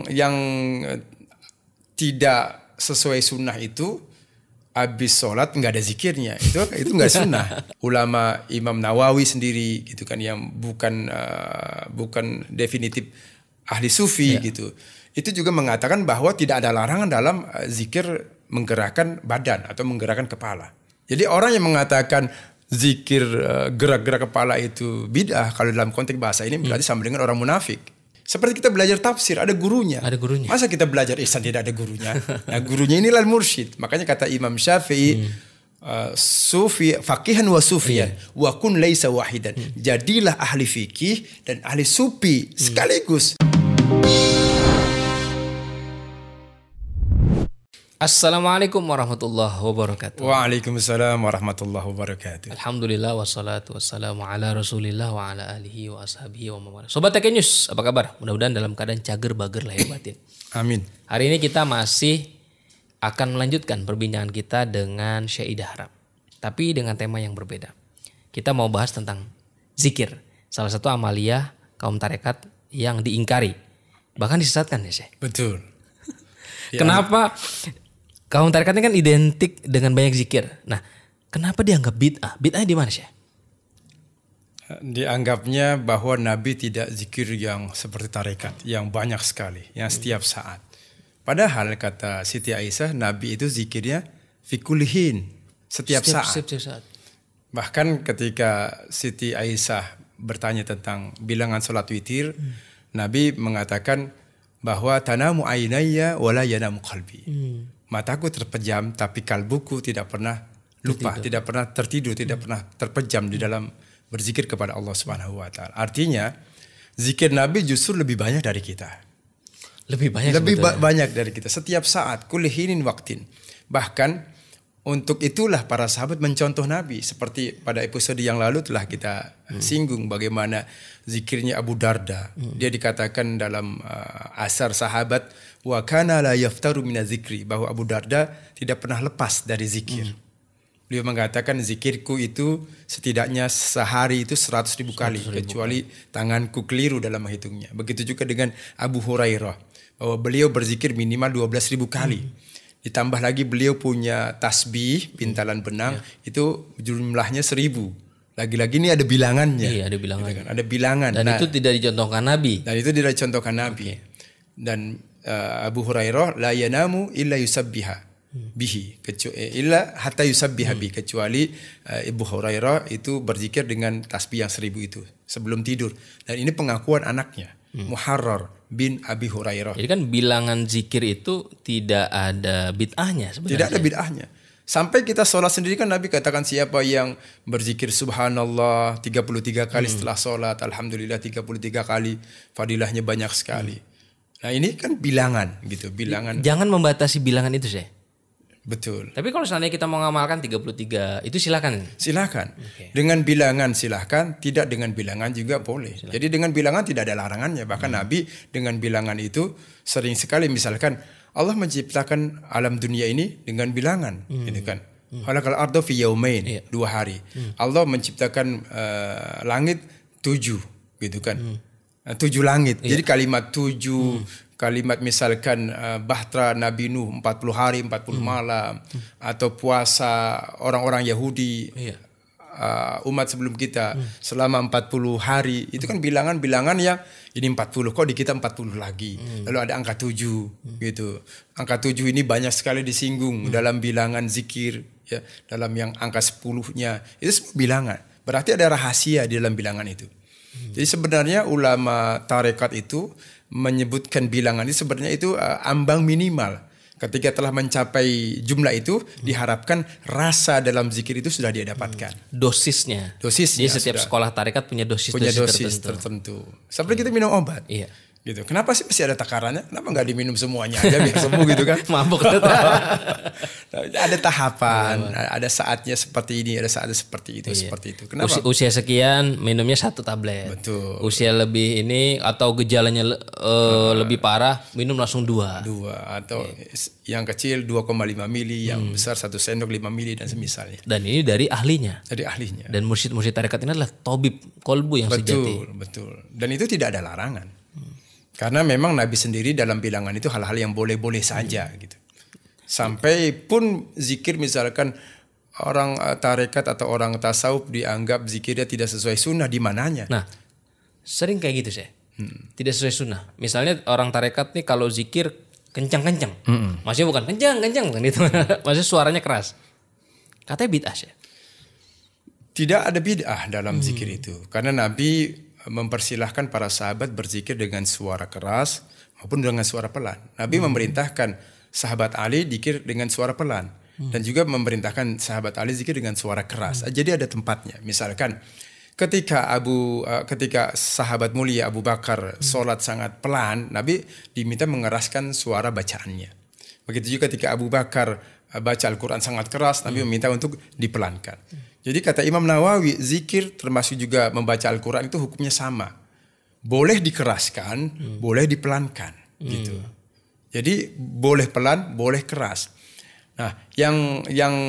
yang tidak sesuai sunnah itu habis sholat nggak ada zikirnya, itu nggak sunnah. Ulama Imam Nawawi sendiri gitu kan, yang bukan definitif ahli sufi gitu, itu juga mengatakan bahwa tidak ada larangan dalam zikir menggerakkan badan atau menggerakkan kepala. Jadi orang yang mengatakan zikir gerak-gerak kepala itu bid'ah, kalau dalam konteks bahasa ini berarti sama dengan orang munafik. Seperti kita belajar tafsir, ada gurunya. Masa kita belajar ihsan tidak ada gurunya? Nah, gurunya inilah mursyid. Makanya kata Imam Syafi'i, sufi faqihan wa sufiyan wa kun laisa wahidan. Jadilah ahli fikih dan ahli sufi sekaligus. Assalamualaikum warahmatullahi wabarakatuh. Waalaikumsalam warahmatullahi wabarakatuh. Alhamdulillah wassalatu wassalamu ala rasulillah wa ala alihi wa ashabihi wa mawala. Sobat TK News, apa kabar? Mudah-mudahan dalam keadaan cager bager lahir batin. Amin. Hari ini kita masih akan melanjutkan perbincangan kita dengan Syekh Ida Harab, tapi dengan tema yang berbeda. Kita mau bahas tentang zikir, salah satu amalia kaum tarekat yang diingkari, bahkan disesatkan ya Syekh. Betul. Ya. Kenapa? Kaum tarekat ini kan identik dengan banyak zikir. Nah, kenapa dianggap bid'ah? Bid'ah di mana sih? Dianggapnya bahwa Nabi tidak zikir yang seperti tarekat, yang banyak sekali, yang setiap saat. Padahal kata Siti Aisyah, Nabi itu zikirnya fi kulli hin, setiap saat. Bahkan ketika Siti Aisyah bertanya tentang bilangan salat witir, Nabi mengatakan bahwa tanamu ainayya wala yanamu qalbi. Mataku terpejam tapi kalbuku tidak pernah lupa, tidak pernah tertidur, tidak pernah terpejam di dalam berzikir kepada Allah Subhanahu wa taala. Artinya zikir Nabi justru lebih banyak dari kita. Lebih banyak dari kita setiap saat, kulli hinin waqtin. Bahkan untuk itulah para sahabat mencontoh Nabi, seperti pada episode yang lalu telah kita singgung bagaimana zikirnya Abu Darda. Dia dikatakan dalam asar sahabat, wa kana la yaftaru min zikri, bahwa Abu Darda tidak pernah lepas dari zikir. Beliau mengatakan zikirku itu setidaknya sehari itu 100.000 kali, kecuali tanganku keliru dalam menghitungnya. Begitu juga dengan Abu Hurairah, bahwa beliau berzikir minimal 12.000 kali. Ditambah lagi beliau punya tasbih, pintalan benang, itu jumlahnya 1.000. Lagi-lagi ini ada bilangannya. Iya, ada bilangan. Gitu kan? Ada bilangan. Dan itu tidak dicontohkan Nabi. Nabi. Dan Abu Hurairah la yanamu illa yusabbiha bihi, illa hatta yusabbiha bihi, kecuali Abu Hurairah itu berzikir dengan tasbih yang 1.000 itu sebelum tidur. Dan ini pengakuan anaknya, Muharrar bin Abi Hurairah. Jadi kan bilangan zikir itu tidak ada bid'ahnya sebenarnya. Tidak ada bid'ahnya. Sampai kita sholat sendiri kan Nabi katakan siapa yang berzikir subhanallah 33 kali setelah sholat, alhamdulillah 33 kali, fadilahnya banyak sekali. Nah ini kan bilangan gitu, bilangan. Jangan membatasi bilangan itu sih. Betul. Tapi kalau seandainya kita mau ngamalkan 33 itu silakan. Silakan. Okay. Dengan bilangan silakan, tidak dengan bilangan juga boleh. Silakan. Jadi dengan bilangan tidak ada larangannya. Bahkan Nabi dengan bilangan itu sering sekali, misalkan Allah menciptakan alam dunia ini dengan bilangan, gitu kan. Khalaqal arda fi yaumain, 2 hari. Allah menciptakan langit 7, gitu kan. 7 langit. Jadi kalimat 7 kalimat misalkan bahtera Nabi Nuh 40 hari 40 malam, atau puasa orang-orang Yahudi umat sebelum kita selama 40 hari, itu kan bilangan-bilangan yang ini 40, kok di kita 40 lagi. Lalu ada angka 7 gitu. Angka 7 ini banyak sekali disinggung dalam bilangan zikir, ya, dalam yang angka 10-nya. Itu semua bilangan. Berarti ada rahasia di dalam bilangan itu. Jadi sebenarnya ulama tarekat itu menyebutkan bilangan ini sebenarnya itu ambang minimal. Ketika telah mencapai jumlah itu, diharapkan rasa dalam zikir itu sudah dia dapatkan. Dosisnya. Jadi setiap sekolah tarekat punya dosis tertentu. Seperti kita minum obat. Iya. Gitu. Kenapa sih masih ada takarannya? Kenapa nggak diminum semuanya aja biar sembuh gitu kan? Mabuk. Ada tahapan, ada saatnya seperti ini, ada saatnya seperti itu, seperti itu. Kenapa? Usia sekian minumnya 1 tablet. Betul. Usia lebih ini atau gejalanya lebih parah, minum langsung 2. Atau yang kecil 2,5 mili, yang besar 1 sendok 5 mili dan semisalnya. Dan ini dari ahlinya. Dan mursyid-mursyid tarekat ini adalah tabib kolbu yang sejati. Betul. Dan itu tidak ada larangan. Karena memang Nabi sendiri dalam bilangan itu hal-hal yang boleh-boleh saja gitu. Sampai pun zikir misalkan orang tarekat atau orang tasawuf dianggap zikirnya tidak sesuai sunnah di mananya. Nah, sering kayak gitu sih. Tidak sesuai sunnah. Misalnya orang tarekat nih kalau zikir kencang-kencang. Maksudnya bukan kencang-kencang gitu. Maksudnya suaranya keras. Katanya bid'ah sih. Tidak ada bid'ah dalam zikir itu. Karena Nabi mempersilahkan para sahabat berzikir dengan suara keras maupun dengan suara pelan. Nabi memerintahkan sahabat Ali zikir dengan suara pelan. Dan juga memerintahkan sahabat Ali zikir dengan suara keras. Jadi ada tempatnya. Misalkan ketika sahabat mulia Abu Bakar sholat sangat pelan, Nabi diminta mengeraskan suara bacaannya. Begitu juga ketika Abu Bakar baca Al-Quran sangat keras, Nabi meminta untuk dipelankan. Jadi kata Imam Nawawi, zikir termasuk juga membaca Al-Quran itu hukumnya sama. Boleh dikeraskan, boleh dipelankan. Gitu. Jadi boleh pelan, boleh keras. Nah, yang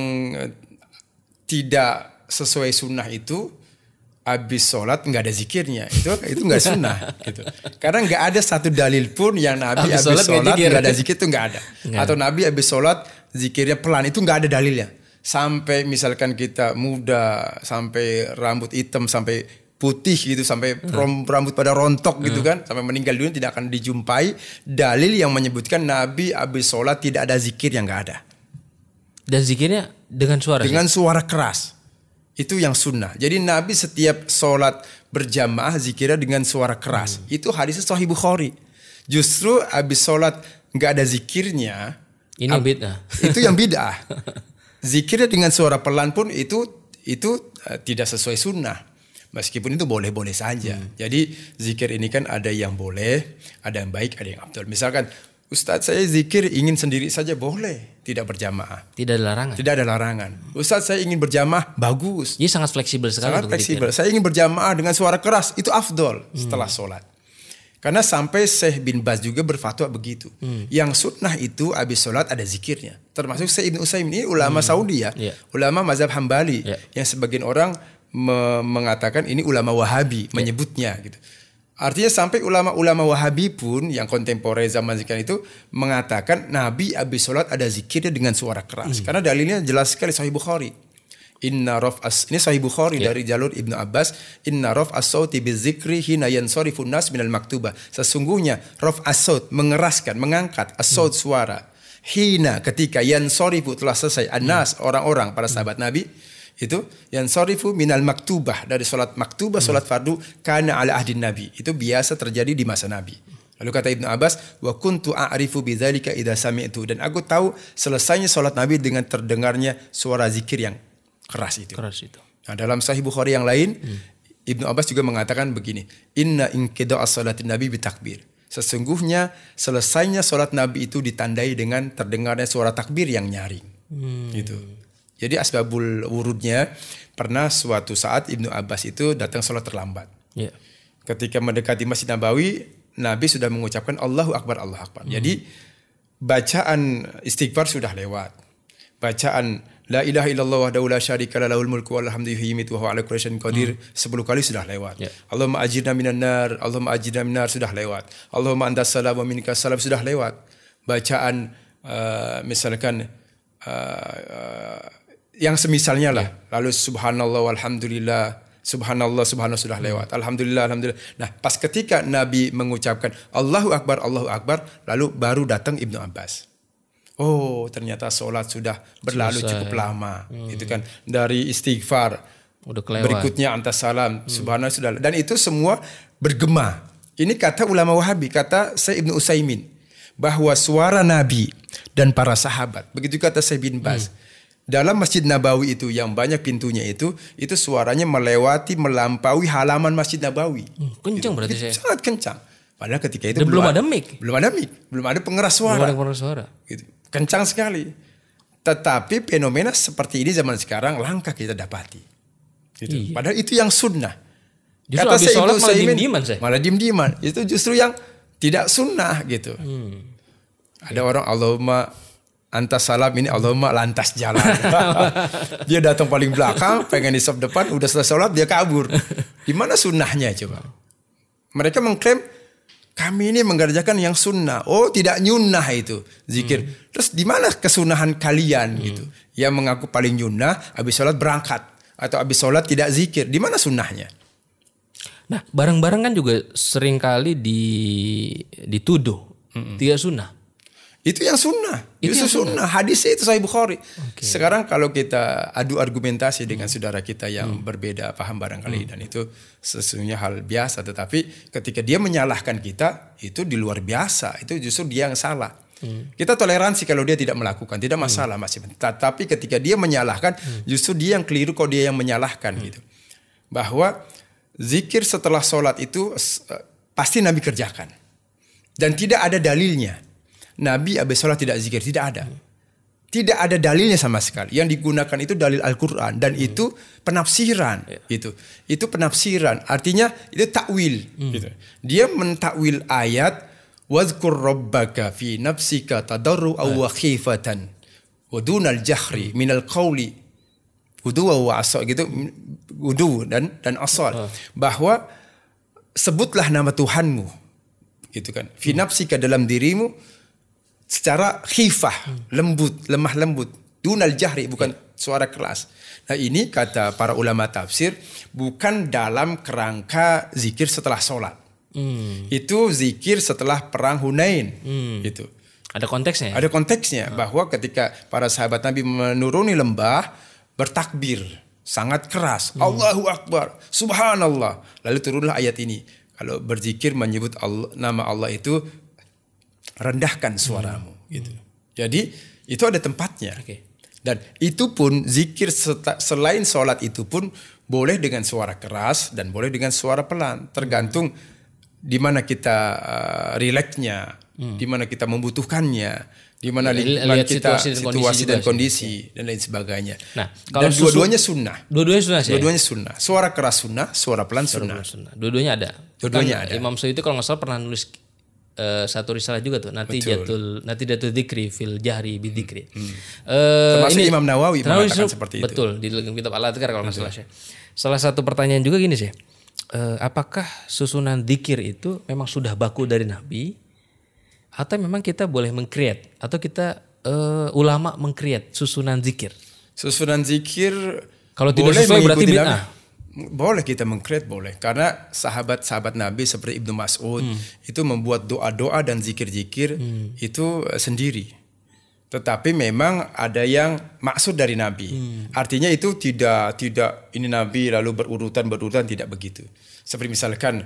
tidak sesuai sunnah itu, habis sholat nggak ada zikirnya, itu nggak sunnah. Gitu. Karena nggak ada satu dalil pun yang Nabi habis sholat nggak ada zikir, itu nggak ada. Atau Nabi habis sholat zikirnya pelan, itu nggak ada dalilnya. Sampai misalkan kita muda, sampai rambut hitam, sampai putih gitu, sampai rambut pada rontok gitu kan, sampai meninggal dunia tidak akan dijumpai dalil yang menyebutkan Nabi habis sholat tidak ada zikir, yang nggak ada. Dan zikirnya dengan suara? Dengan suara keras. Itu yang sunnah. Jadi Nabi setiap sholat berjamaah zikirnya dengan suara keras. Itu hadisnya Sahih Bukhari. Justru habis sholat nggak ada zikirnya. Ini bid'ah. Itu yang bid'ah. Zikirnya dengan suara pelan pun itu tidak sesuai sunnah. Meskipun itu boleh-boleh saja. Jadi zikir ini kan ada yang boleh, ada yang baik, ada yang afdal. Misalkan Ustadz saya zikir ingin sendiri saja boleh, tidak berjamaah. Tidak ada larangan. Tidak ada larangan. Ustadz saya ingin berjamaah, bagus. Jadi sangat fleksibel sekali. Sangat fleksibel. Saya ingin berjamaah dengan suara keras, itu afdol setelah sholat. Karena sampai Syekh bin Baz juga berfatwa begitu. Yang sunnah itu habis sholat ada zikirnya. Termasuk Syekh Ibn Utsaimin, ini ulama Saudi ya. Ulama mazhab Hambali. Yang sebagian orang mengatakan ini ulama Wahabi menyebutnya gitu. Artinya sampai ulama-ulama Wahabi pun yang kontemporer zaman sekarang itu mengatakan Nabi habis sholat ada zikirnya dengan suara keras. Karena dalilnya jelas sekali Sahih Bukhari. Ini Sahih Bukhari dari jalur Ibnu Abbas. Inna raf as-sauti bizikri hina yansarifun nas minal maktubah. Sesungguhnya raf as-saut mengeraskan, mengangkat as-saut suara. Hina ketika yansarifu telah selesai an-nas orang-orang para sahabat Nabi. Itu yansarifu minal maktubah, dari sholat maktubah, sholat fardu kana ala ahdin Nabi. Itu biasa terjadi di masa Nabi. Lalu kata Ibnu Abbas, wa kuntu a'rifu bidzalika idza sami'tu, dan aku tahu selesainya sholat Nabi dengan terdengarnya suara zikir yang keras itu. Nah, dalam Sahih Bukhari yang lain, Ibnu Abbas juga mengatakan begini, inna inqida'a sholatin Nabi bitakbir. Sesungguhnya selesainya sholat Nabi itu ditandai dengan terdengarnya suara takbir yang nyaring. Gitu. Jadi asbabul wurudnya, pernah suatu saat Ibnu Abbas itu datang sholat terlambat. Ketika mendekati Masjid Nabawi, Nabi sudah mengucapkan Allahu Akbar, Allahu Akbar. Jadi bacaan istighfar sudah lewat. Bacaan La ilaha illallah wahdahu la syarika lahu lahul mulku wa lahul hamdu yuhyi wa yumiitu wa huwa ala kulli syai'in qadir 10 kali sudah lewat. Allahumma ajirna minan nar, Allahumma ajirna minan nar sudah lewat. Allahumma antas salam wa minkas salam sudah lewat. Bacaan misalkan yang semisalnya lah. Lalu subhanallah walhamdulillah, subhanallah sudah lewat. Alhamdulillah. Nah, pas ketika Nabi mengucapkan Allahu Akbar, lalu baru datang Ibnu Abbas. Oh, ternyata sholat sudah berlalu cukup lama. Itu kan dari istighfar. Udah kelewat. Berikutnya antas salam, subhanallah sudah. Dan itu semua bergema. Ini kata ulama Wahabi, kata Syekh Ibnu Utsaimin, bahwa suara Nabi dan para sahabat, begitu kata Syekh bin Baz, dalam Masjid Nabawi itu yang banyak pintunya itu suaranya melampaui halaman Masjid Nabawi. Kencang berarti saya. Sangat kencang. Padahal ketika itu belum ada mic. Belum ada pengeras suara. Belum ada pengeras suara. Gitu. Kencang sekali. Tetapi fenomena seperti ini zaman sekarang langka kita dapati. Gitu. Padahal itu yang sunnah. Justru habis sholat malah diem-dieman saya. Malah diem-dieman. Itu justru yang tidak sunnah gitu. Ada orang Allahumma antas salam, ini Allahumma lantas jalan. Dia datang paling belakang, pengen di saf depan, udah selesai sholat dia kabur. Di mana sunnahnya coba? Mereka mengklaim Kami ini mengerjakan yang sunnah. Oh, tidak nyunnah itu zikir. Terus di mana kesunahan kalian gitu? Yang mengaku paling nyunnah, habis sholat berangkat atau habis sholat tidak zikir. Di mana sunnahnya? Nah, bareng-bareng kan juga seringkali dituduh tidak sunnah. Itu yang sunnah. Itu sunnah. Hadisnya itu Sahih Bukhari. Sekarang kalau kita adu argumentasi dengan saudara kita yang berbeda paham barangkali dan itu sesungguhnya hal biasa. Tetapi ketika dia menyalahkan kita, itu di luar biasa. Itu justru dia yang salah. Kita toleransi kalau dia tidak melakukan, tidak masalah masih. Tapi ketika dia menyalahkan, justru dia yang keliru kalau dia yang menyalahkan gitu. Bahwa zikir setelah sholat itu pasti Nabi kerjakan. Dan tidak ada dalilnya. Nabi habis sholat tidak zikir, tidak ada. Tidak ada dalilnya sama sekali. Yang digunakan itu dalil Al-Quran. Dan itu penafsiran. Itu penafsiran. Artinya itu takwil. Gitu. Dia mentakwil ayat. Wadhkur rabbaka fi nafsika tadarru'aw wa khifatan. Wadunal jahri minal qawli. Wudu wa asal gitu. Wudu dan asal. Bahwa sebutlah nama Tuhanmu. Gitu kan. Fi nafsika dalam dirimu. Secara khifah, lembut, lemah lembut. Dunal jahri, bukan suara keras. Nah ini kata para ulama tafsir, bukan dalam kerangka zikir setelah sholat. Itu zikir setelah perang Hunain. Gitu. Ada konteksnya ya? Ada konteksnya, bahwa ketika para sahabat Nabi menuruni lembah, bertakbir, sangat keras. Allahu Akbar, Subhanallah. Lalu turunlah ayat ini. Kalau berzikir menyebut Allah, nama Allah itu, rendahkan suaramu gitu. Jadi itu ada tempatnya. Dan itu pun zikir selain sholat itu pun boleh dengan suara keras dan boleh dengan suara pelan. Tergantung di mana kita rileksnya, di mana kita membutuhkannya, di mana lingkungan kita, situasi dan kondisi dan lain sebagainya. Nah, kalau dan dua-duanya sunnah. Dua-duanya sunnah sih. Dua-duanya sunnah. Suara keras sunnah, suara pelan sunnah. Dua-duanya ada. Dua-duanya ada. Imam Suyuti kalau nggak salah pernah nulis satu risalah juga tuh Natijatul Dzikri fil Jahri bidzikri. Termasuk Imam Nawawi mengatakan seperti itu. Betul, di kitab Al-Adhkar kalau nggak salah. Salah satu pertanyaan juga gini sih. Apakah susunan dzikir itu memang sudah baku dari Nabi atau memang kita boleh meng-create atau kita ulama meng-create susunan zikir? Susunan zikir kalau tidak sesuai berarti bid'ah. Boleh kita meng-create, boleh. Karena sahabat-sahabat Nabi seperti Ibnu Mas'ud itu membuat doa-doa dan zikir-zikir itu sendiri. Tetapi memang ada yang maksud dari Nabi. Artinya itu tidak ini Nabi lalu berurutan tidak begitu. Seperti misalkan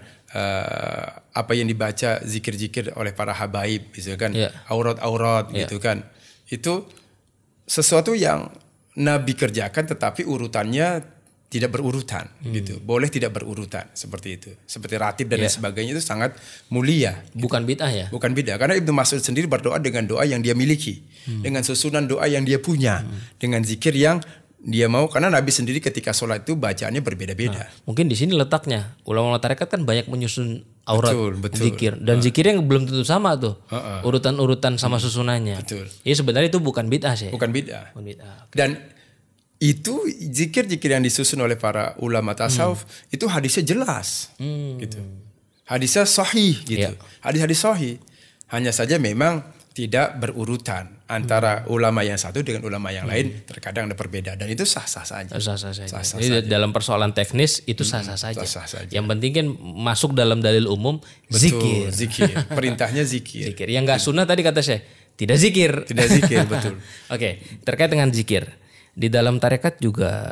apa yang dibaca zikir-zikir oleh para habaib, misalkan aurat-aurat gitu kan. Itu sesuatu yang Nabi kerjakan tetapi urutannya tidak berurutan gitu. Boleh tidak berurutan seperti itu. Seperti ratib dan lain sebagainya itu sangat mulia. Bukan bid'ah ya? Bukan bid'ah. Karena Ibnu Mas'ud sendiri berdoa dengan doa yang dia miliki. Dengan susunan doa yang dia punya. Dengan zikir yang dia mau. Karena Nabi sendiri ketika sholat itu bacaannya berbeda-beda. Mungkin di sini letaknya. Ulama-ulama tarekat kan banyak menyusun aurat zikir. Dan zikirnya yang belum tentu sama tuh. Urutan-urutan sama susunannya. Betul. Jadi sebenarnya itu bukan bid'ah sih. Bukan bid'ah. Okay. Dan itu zikir-zikir yang disusun oleh para ulama tasawuf itu hadisnya jelas gitu. Hadisnya sahih gitu. Hadis-hadis sahih. Hanya saja memang tidak berurutan antara ulama yang satu dengan ulama yang lain, terkadang ada perbedaan dan itu sah-sah saja. Sah-sah saja. Dalam persoalan teknis itu sah-sah saja. Yang penting kan masuk dalam dalil umum. Betul, zikir. Perintahnya zikir. Yang enggak sunnah tadi kata saya tidak zikir. Tidak zikir, betul. Oke, terkait dengan zikir. Di dalam tarekat juga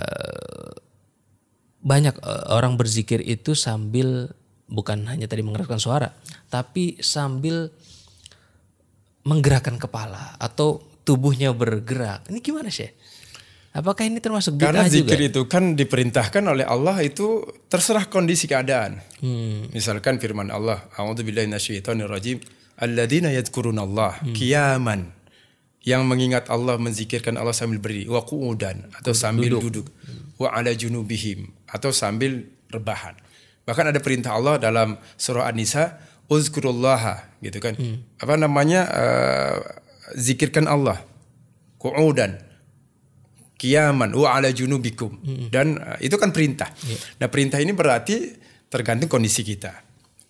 banyak orang berzikir itu sambil bukan hanya tadi mengeraskan suara, tapi sambil menggerakkan kepala atau tubuhnya bergerak. Ini gimana sih? Apakah ini termasuk bid'ah juga? Karena zikir itu kan diperintahkan oleh Allah itu terserah kondisi keadaan. Misalkan firman Allah, A'udzubillahi minasyaitonirrajim, alladzina yadhkurunallaha qiyaman. Yang mengingat Allah, menzikirkan Allah sambil berdiri, wa qu'udan atau sambil duduk, wa ala junubihim atau sambil rebahan. Bahkan ada perintah Allah dalam surah An-Nisa, uzkurullaha gitu kan. Apa namanya? Zikirkan Allah. Qu'udan, qiyaman, wa ala junubikum. Dan itu kan perintah. Nah, perintah ini berarti tergantung kondisi kita.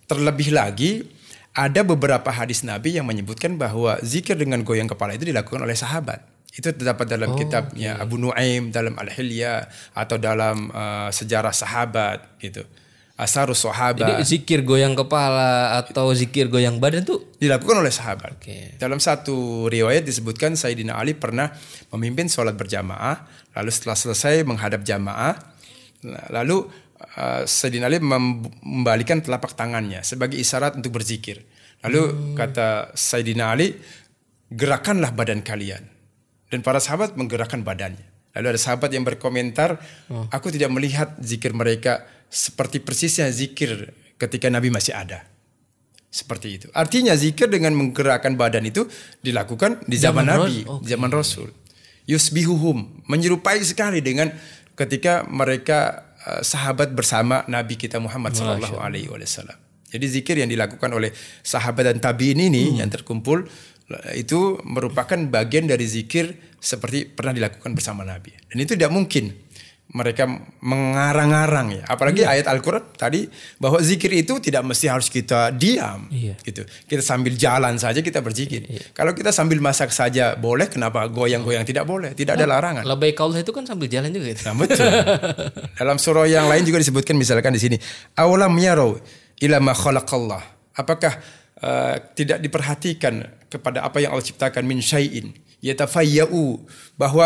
Terlebih lagi ada beberapa hadis Nabi yang menyebutkan bahwa zikir dengan goyang kepala itu dilakukan oleh sahabat. Itu terdapat dalam kitabnya Abu Nuaim dalam Al-Hilya atau dalam sejarah sahabat gitu. Asarus Sahabat. Jadi zikir goyang kepala atau zikir goyang badan tuh dilakukan oleh sahabat. Oke. Dalam satu riwayat disebutkan Sayyidina Ali pernah memimpin sholat berjamaah, lalu setelah selesai menghadap jamaah, lalu Sayyidina Ali membalikan telapak tangannya sebagai isyarat untuk berzikir. Lalu kata Sayyidina Ali, gerakanlah badan kalian. Dan para sahabat menggerakkan badannya. Lalu ada sahabat yang berkomentar, aku tidak melihat zikir mereka seperti persisnya zikir ketika Nabi masih ada. Seperti itu. Artinya zikir dengan menggerakkan badan itu dilakukan di zaman Nabi, zaman Rasul. Yusbihuhum, menyerupai sekali dengan ketika mereka sahabat bersama Nabi kita Muhammad sallallahu alaihi wasallam. Jadi zikir yang dilakukan oleh sahabat dan tabi'in ini yang terkumpul itu merupakan bagian dari zikir seperti pernah dilakukan bersama Nabi. Dan itu tidak mungkin mereka mengarang-arang ya. Apalagi ayat Al-Quran tadi bahwa zikir itu tidak mesti harus kita diam gitu. Kita sambil jalan saja kita berzikir. Kalau kita sambil masak saja boleh, kenapa goyang-goyang tidak boleh? Tidak ada larangan. Labbaik Allah itu kan sambil jalan juga gitu. Nah, betul. Dalam surah yang lain juga disebutkan misalkan di sini, awalam yarau ila ma khalaqallah. Apakah tidak diperhatikan kepada apa yang Allah ciptakan min syai'in yatafayyau, bahwa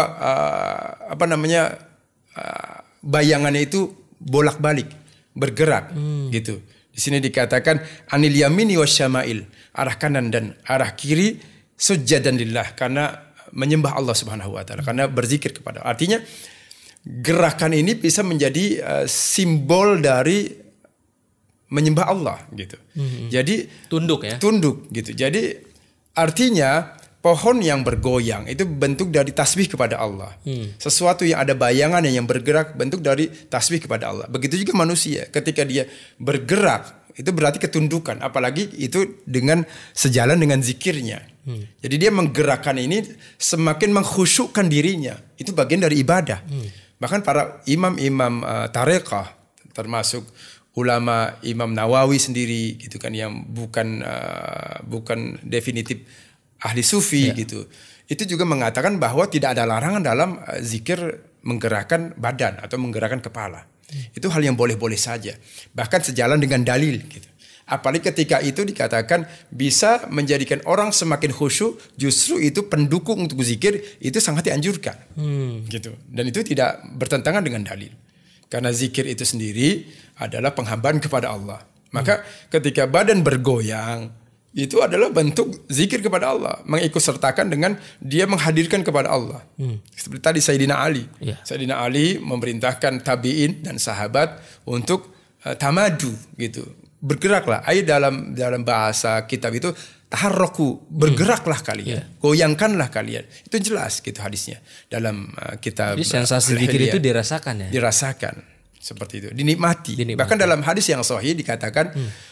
bayangannya itu bolak-balik bergerak gitu. Di sini dikatakan anil yamini wasyama'il, arah kanan dan arah kiri, sujadan lillah, karena menyembah Allah Subhanahu wa taala, karena berzikir kepada. Artinya gerakan ini bisa menjadi simbol dari menyembah Allah gitu. Jadi tunduk ya. Tunduk gitu. Jadi artinya pohon yang bergoyang itu bentuk dari tasbih kepada Allah. Sesuatu yang ada bayangannya yang bergerak bentuk dari tasbih kepada Allah. Begitu juga manusia, ketika dia bergerak itu berarti ketundukan, apalagi itu dengan sejalan dengan zikirnya. Jadi dia menggerakkan ini semakin mengkhusyukkan dirinya. Itu bagian dari ibadah. Bahkan para imam-imam tarekah, termasuk ulama Imam Nawawi sendiri gitu kan, yang bukan definitif ahli sufi gitu. Itu juga mengatakan bahwa tidak ada larangan dalam zikir menggerakkan badan atau menggerakkan kepala. Itu hal yang boleh-boleh saja. Bahkan sejalan dengan dalil gitu. Apalagi ketika itu dikatakan bisa menjadikan orang semakin khusyuk, justru itu pendukung untuk zikir, itu sangat dianjurkan. Gitu. Dan itu tidak bertentangan dengan dalil. Karena zikir itu sendiri adalah penghambaan kepada Allah. Maka ketika badan bergoyang, itu adalah bentuk zikir kepada Allah. Mengikutsertakan dengan dia menghadirkan kepada Allah. Seperti tadi Sayyidina Ali. Sayyidina Ali memerintahkan tabi'in dan sahabat untuk tamadu gitu. Bergeraklah. Dalam bahasa kitab itu taharraku, bergeraklah kalian, goyangkanlah kalian. Itu jelas gitu hadisnya dalam kitab. Jadi sensasi zikir itu dirasakan ya? Dirasakan seperti itu, dinikmati. Bahkan dalam hadis yang sahih dikatakan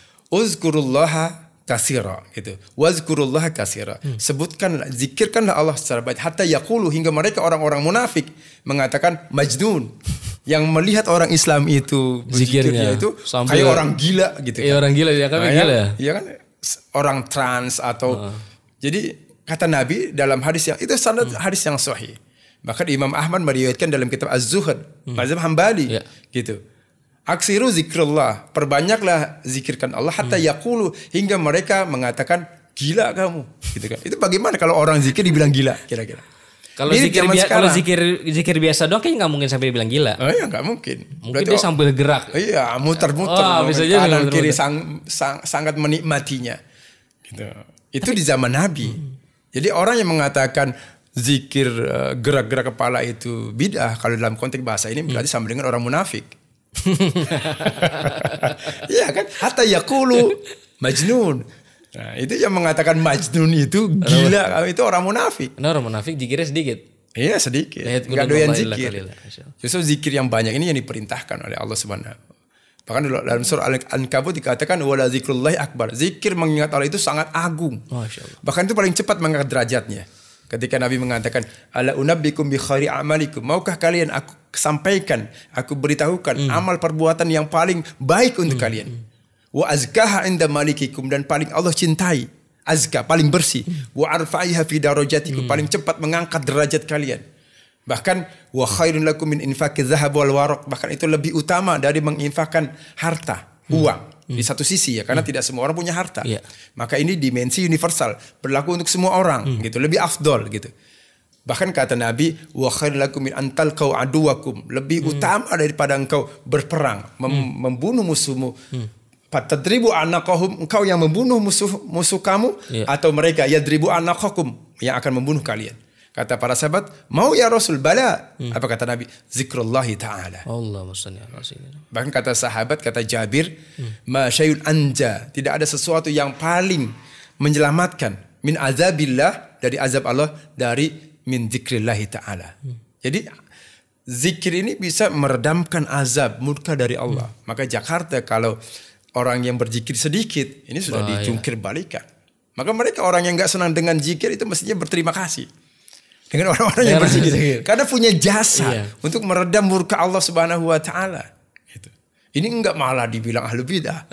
uzkurullaha katsira gitu. Wazkurullaha katsira. Sebutkanlah, zikirkanlah Allah secara banyak, hatta yaqulu, hingga mereka orang-orang munafik mengatakan majnun. Yang melihat orang Islam itu zikirnya itu kayak orang gila gitu kan. Orang gila ya, gila. Iya kan, orang trans atau jadi kata Nabi dalam hadis yang itu sanad hadis yang sahih. Bahkan Imam Ahmad meriwayatkan dalam kitab Az-Zuhd, mazhab Hambali gitu. Aksiru zikrullah, perbanyaklah zikirkan Allah hatta yaqulu, hingga mereka mengatakan gila kamu gitu kan. Itu bagaimana kalau orang zikir dibilang gila kira-kira? Kalau zikir biasa doang kayaknya nggak mungkin sampai bilang gila. Oh iya, nggak mungkin. Mungkin berarti dia sambil gerak. Iya, muter-muter. Bisa aja kanan kiri sangat menikmatinya. Gitu. Itu di zaman Nabi. Jadi orang yang mengatakan zikir gerak-gerak kepala itu bid'ah, kalau dalam konteks bahasa ini berarti sama dengan orang munafik. Iya kan? Hatta yaqulu majnun. Nah, itu yang mengatakan majnun itu gila, itu orang munafik. Nah, orang munafik zikirnya sedikit. Iya, sedikit. Enggak doyan zikir. Justru zikir yang banyak ini yang diperintahkan oleh Allah Subhanahu. Bahkan dalam surah Al-Ankabut dikatakan wala zikrullahi akbar. Zikir mengingat Allah itu sangat agung. Masya Allah. Bahkan itu paling cepat mengangkat derajatnya. Ketika Nabi mengatakan ala unabbikum bi khairi amalikum, maukah kalian aku sampaikan, aku beritahukan amal perbuatan yang paling baik untuk kalian. Wa azkaha inda malikikum, dan paling Allah cintai. Azka, paling bersih. Wa arfa'iha fi darajatikum, paling cepat mengangkat derajat kalian. Bahkan wa khairun lakum min infaqi dzahab wal waraq, bahkan itu lebih utama dari menginfakkan harta, uang. Di satu sisi ya, karena tidak semua orang punya harta. Maka ini dimensi universal, berlaku untuk semua orang gitu, lebih afdol gitu. Bahkan kata Nabi, wa khairun lakum min antal kau aduwakum, lebih utama daripada engkau berperang, membunuh musuhmu. Fatadribu anaqahum, engkau yang membunuh musuh kamu, atau mereka yadribu anaqakum, yang akan membunuh kalian. Kata para sahabat, mau ya Rasul, bala. Apa kata Nabi? Zikrullahi ta'ala. Allahumma shalli ala sayyidina. Bahkan kata sahabat, kata Jabir, ma syai'un anja, tidak ada sesuatu yang paling menyelamatkan min azabillah, dari azab Allah, dari min zikrillahi ta'ala. Jadi zikir ini bisa meredamkan azab murka dari Allah. Maka Jakarta kalau orang yang berzikir sedikit, ini sudah dijungkir balikan. Maka mereka orang yang gak senang dengan zikir itu mestinya berterima kasih dengan orang-orang yang berzikir. Karena punya jasa untuk meredam murka Allah Subhanahu wa taala. Gitu. Ini enggak malah dibilang ahli bidah.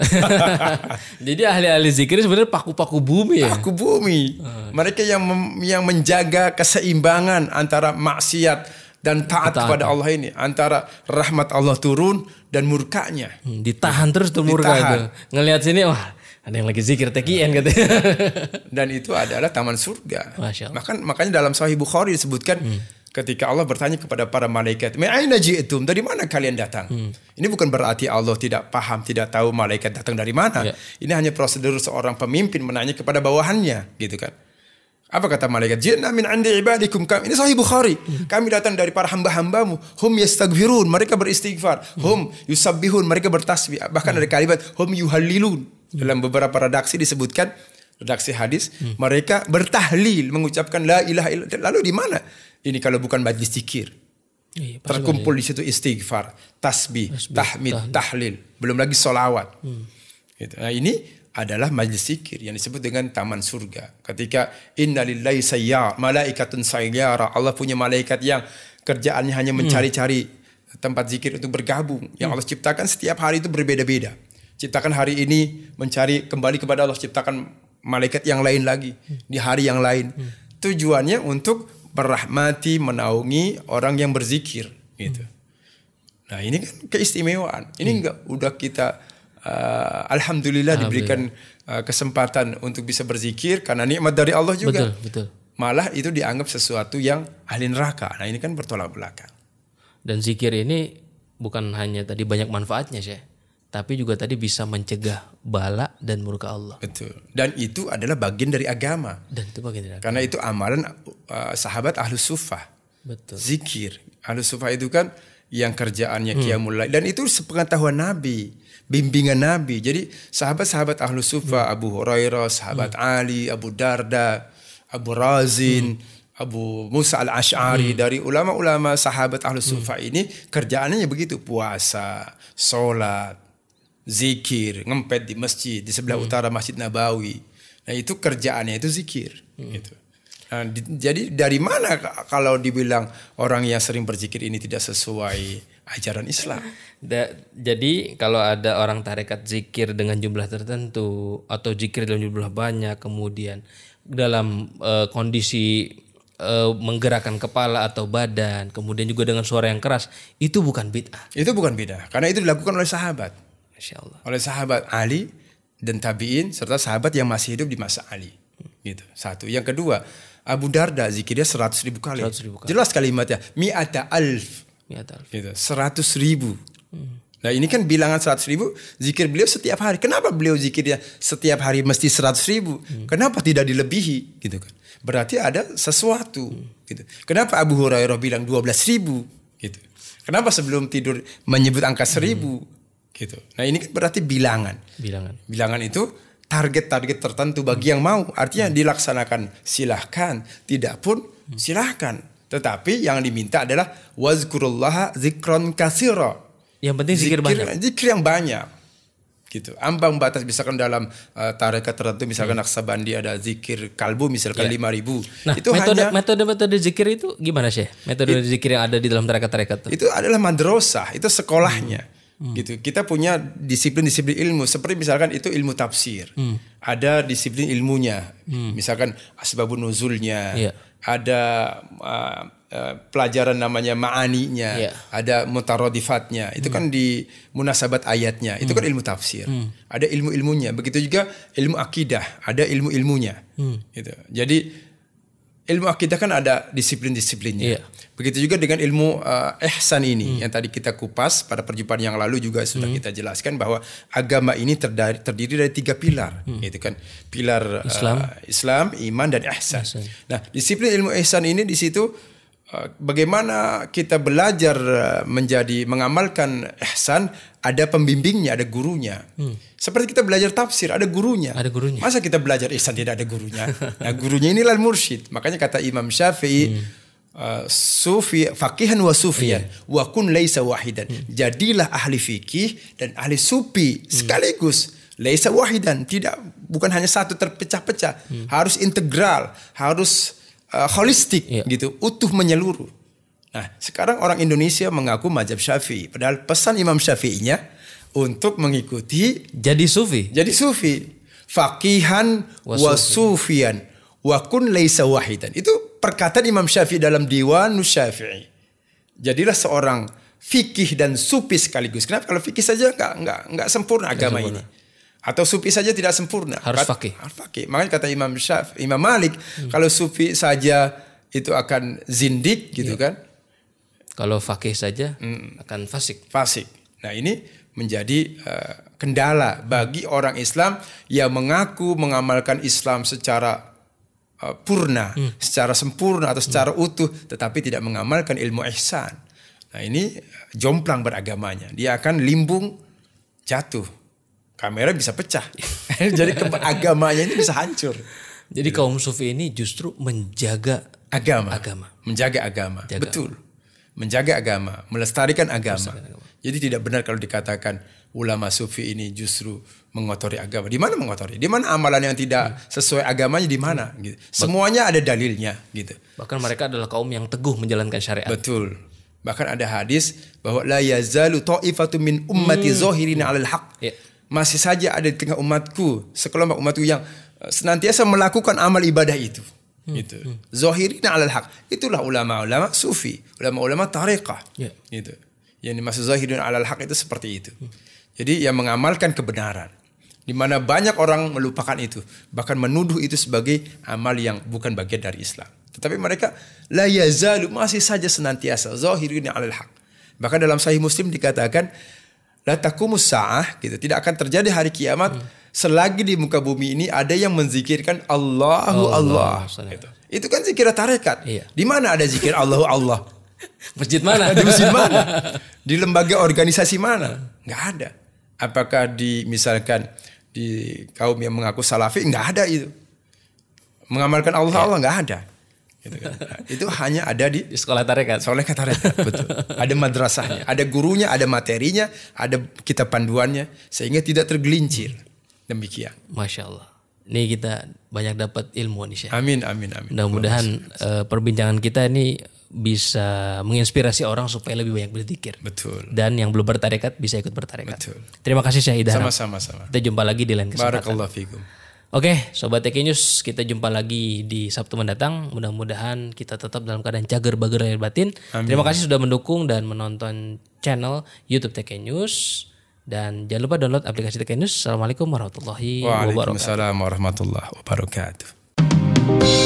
Jadi ahli-ahli zikir sebenarnya paku-paku bumi ya. Paku bumi. Mereka yang menjaga keseimbangan antara maksiat dan taat kepada Allah ini, antara rahmat Allah turun dan murkanya. Ditahan terus tuh murka itu. Ngelihat sini, wah ada yang lagi zikir tekian katanya. Dan itu adalah taman surga. Masya Allah. Makanya dalam Sahih Bukhari disebutkan ketika Allah bertanya kepada para malaikat, "Min aina ji'tum?" Dari mana kalian datang? Ini bukan berarti Allah tidak paham, tidak tahu malaikat datang dari mana. Ini hanya prosedur seorang pemimpin menanya kepada bawahannya, gitu kan. Apa kata malaikat? "Ji'na min 'indi ibadikum." Ini Sahih Bukhari. Kami datang dari para hamba-hambamu. Hum yastaghfirun, mereka beristighfar. Hum yusabbihun, mereka bertasbih. Bahkan ada kalimat hum yuhallilun. Dalam beberapa redaksi disebutkan, redaksi hadis, mereka bertahlil, mengucapkan la ilaha illallah. Lalu di mana? Ini kalau bukan majlis zikir. Terkumpul di situ istighfar, tasbih, tahmid, tahlil, belum lagi sholawat. Gitu. Nah, ini adalah majlis zikir yang disebut dengan taman surga. Ketika inna lillahi sayyar, malaikatun sayyara, Allah punya malaikat yang kerjaannya hanya mencari-cari tempat zikir untuk bergabung. Yang Allah ciptakan setiap hari itu berbeda-beda. Ciptakan hari ini mencari kembali kepada Allah, ciptakan malaikat yang lain lagi di hari yang lain. Tujuannya untuk merahmati, menaungi orang yang berzikir gitu. Nah, ini kan keistimewaan. Ini enggak udah kita alhamdulillah diberikan kesempatan untuk bisa berzikir karena nikmat dari Allah juga. Betul. Malah itu dianggap sesuatu yang ahli neraka. Nah, ini kan bertolak belakang. Dan zikir ini bukan hanya tadi banyak manfaatnya, Syekh, tapi juga tadi bisa mencegah bala dan murka Allah. Betul. Dan itu adalah bagian dari agama. Karena itu amalan sahabat Ahlus Suffah. Betul. Zikir. Ahlus Suffah itu kan yang kerjaannya qiyamul lail, dan itu sepengetahuan Nabi, bimbingan Nabi. Jadi sahabat-sahabat Ahlus Suffah, Abu Hurairah, sahabat Ali, Abu Darda, Abu Razin, Abu Musa al-Ash'ari, dari ulama-ulama sahabat Ahlus Suffah ini kerjaannya begitu, puasa, sholat, zikir, ngempet di masjid di sebelah utara Masjid Nabawi. Nah, itu kerjaannya itu zikir gitu. Nah, jadi dari mana kalau dibilang orang yang sering berzikir ini tidak sesuai ajaran Islam? Jadi kalau ada orang tarekat zikir dengan jumlah tertentu atau zikir dalam jumlah banyak, kemudian dalam kondisi menggerakkan kepala atau badan, kemudian juga dengan suara yang keras, itu bukan bid'ah. Itu bukan bid'ah karena itu dilakukan oleh sahabat. Insya Allah. Oleh sahabat Ali dan tabi'in serta sahabat yang masih hidup di masa Ali. Gitu. Satu. Yang kedua, Abu Darda zikirnya 100.000 kali. 100.000 kali. Jelas kalimatnya mi'ata alf. Gitu. 100.000. Nah, ini kan bilangan 100.000 zikir beliau setiap hari. Kenapa beliau zikirnya setiap hari mesti 100.000? Kenapa tidak dilebihi? Gitu kan. Berarti ada sesuatu. Gitu. Kenapa Abu Hurairah bilang 12.000? Gitu. Kenapa sebelum tidur menyebut angka 1.000? Gitu. Nah, ini kan berarti bilangan. Bilangan itu target-target tertentu bagi yang mau. Artinya dilaksanakan silahkan, tidak pun silahkan. Tetapi yang diminta adalah wazkurullaha zikron katsira. Yang penting zikir banyak. Zikir yang banyak. Gitu. Ambang batas misalkan dalam tarekat tertentu, misalkan Naqsabandi ada zikir kalbu misalkan 5.000. Nah, itu metode zikir itu gimana, Syekh? Metode zikir yang ada di dalam tarekat-tarekat itu? Itu adalah madrasah, itu sekolahnya. gitu. Kita punya disiplin-disiplin ilmu seperti misalkan itu ilmu tafsir. Ada disiplin ilmunya. Misalkan asbabun nuzulnya. Ada pelajaran namanya ma'aninya, ada mutaraddifatnya. Itu kan di munasabat ayatnya. Itu kan ilmu tafsir. Ada ilmu-ilmunya. Begitu juga ilmu akidah, ada ilmu-ilmunya. Gitu. Jadi ilmu akidah kan ada disiplin-disiplinnya. Begitu juga dengan ilmu ihsan ini yang tadi kita kupas pada perjumpaan yang lalu juga sudah kita jelaskan bahwa agama ini terdiri dari 3 pilar, gitu kan. Pilar Islam, iman dan ihsan. Nah, disiplin ilmu ihsan ini di situ bagaimana kita belajar mengamalkan ihsan, ada pembimbingnya, ada gurunya. Seperti kita belajar tafsir, ada gurunya. Masa kita belajar ihsan tidak ada gurunya? Nah, gurunya inilah mursyid. Makanya kata Imam Syafi'i, sufi faqihan wa sufiyan wa kun laisa wahidan. Jadilah ahli fikih dan ahli sufi sekaligus. Laisa wahidan, bukan hanya satu terpecah-pecah. Harus integral, harus holistik gitu, utuh menyeluruh. Nah, sekarang orang Indonesia mengaku mazhab Syafi'i, padahal pesan Imam Syafi'inya untuk mengikuti jadi sufi. Faqihan wa sufiyan wa kun laisa wahidan. Itu perkataan Imam Syafi'i dalam Diwanus Syafi'i. Jadilah seorang fikih dan sufi sekaligus. Kenapa? Kalau fikih saja enggak sempurna agama ini. Atau sufi saja tidak sempurna. Harus fakih. Makanya kata Imam Malik, kalau sufi saja itu akan zindik gitu kan. Kalau fakih saja akan fasik. Nah, ini menjadi kendala bagi orang Islam yang mengaku mengamalkan Islam secara purna, secara sempurna atau secara utuh, tetapi tidak mengamalkan ilmu ihsan. Nah, ini jomplang beragamanya. Dia akan limbung, jatuh. Kamera bisa pecah. Jadi agamanya ini bisa hancur. Jadi kaum sufi ini justru menjaga agama. Menjaga agama. Betul. Menjaga agama, melestarikan agama. Jadi tidak benar kalau dikatakan ulama sufi ini justru mengotori agama. Di mana mengotori? Di mana amalan yang tidak sesuai agamanya di mana? Gitu. Semuanya ada dalilnya. Gitu. Bahkan mereka adalah kaum yang teguh menjalankan syariat. Betul. Bahkan ada hadis bahwa la yazalu ta'ifatu min ummati zahirina 'alal haq. Masih saja ada di tengah umatku, sekelompok umatku yang senantiasa melakukan amal ibadah itu. Gitu. Zahirina 'alal haq. Itulah ulama-ulama sufi, ulama-ulama tariqah. Gitu. Yang dimaksud zahirin 'alal haq itu seperti itu. Jadi yang mengamalkan kebenaran. Di mana banyak orang melupakan itu, bahkan menuduh itu sebagai amal yang bukan bagian dari Islam. Tetapi mereka la yazalu, masih saja senantiasa zahirin 'alal haq. Bahkan dalam Sahih Muslim dikatakan la taqumus sa'ah, gitu. Tidak akan terjadi hari kiamat selagi di muka bumi ini ada yang menzikirkan Allahu Allah. Gitu. Itu kan zikir tarekat. Di mana ada zikir Allahu Allah? Masjid mana? Di masjid mana? Di lembaga organisasi mana? Nggak ada. Apakah misalkan di kaum yang mengaku salafi? Nggak ada itu. Mengamalkan Allah Allah nggak ada. Gitu kan. Nah, itu hanya ada di sekolah tarekat. Betul. Ada madrasahnya, ada gurunya, ada materinya, ada kitab panduannya, sehingga tidak tergelincir. Demikian. Masya Allah. Ini kita banyak dapat ilmu nih, Syekh. Amin. Mudah-mudahan perbincangan kita ini bisa menginspirasi orang supaya lebih banyak berzikir. Betul. Dan yang belum bertarekat bisa ikut bertarekat. Betul. Terima kasih Syekh Idham. Sama-sama. Kita jumpa lagi di lain kesempatan. Barakallahu fikum. Oke, Sobat TK News, kita jumpa lagi di Sabtu mendatang. Mudah-mudahan kita tetap dalam keadaan cager bager lahir batin. Amin. Terima kasih sudah mendukung dan menonton channel YouTube TK News. Dan jangan lupa download aplikasi TK News. Assalamualaikum warahmatullahi wabarakatuh. Waalaikumsalam warahmatullahi wabarakatuh.